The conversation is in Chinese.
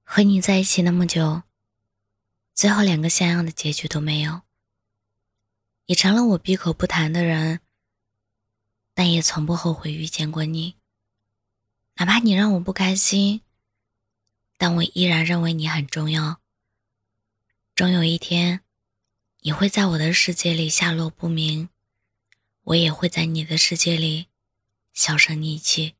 和你在一起那么久，最后两个像样的结局都没有。你成了我闭口不谈的人，但也从不后悔遇见过你。哪怕你让我不开心，但我依然认为你很重要。终有一天，你会在我的世界里下落不明，我也会在你的世界里销声匿迹。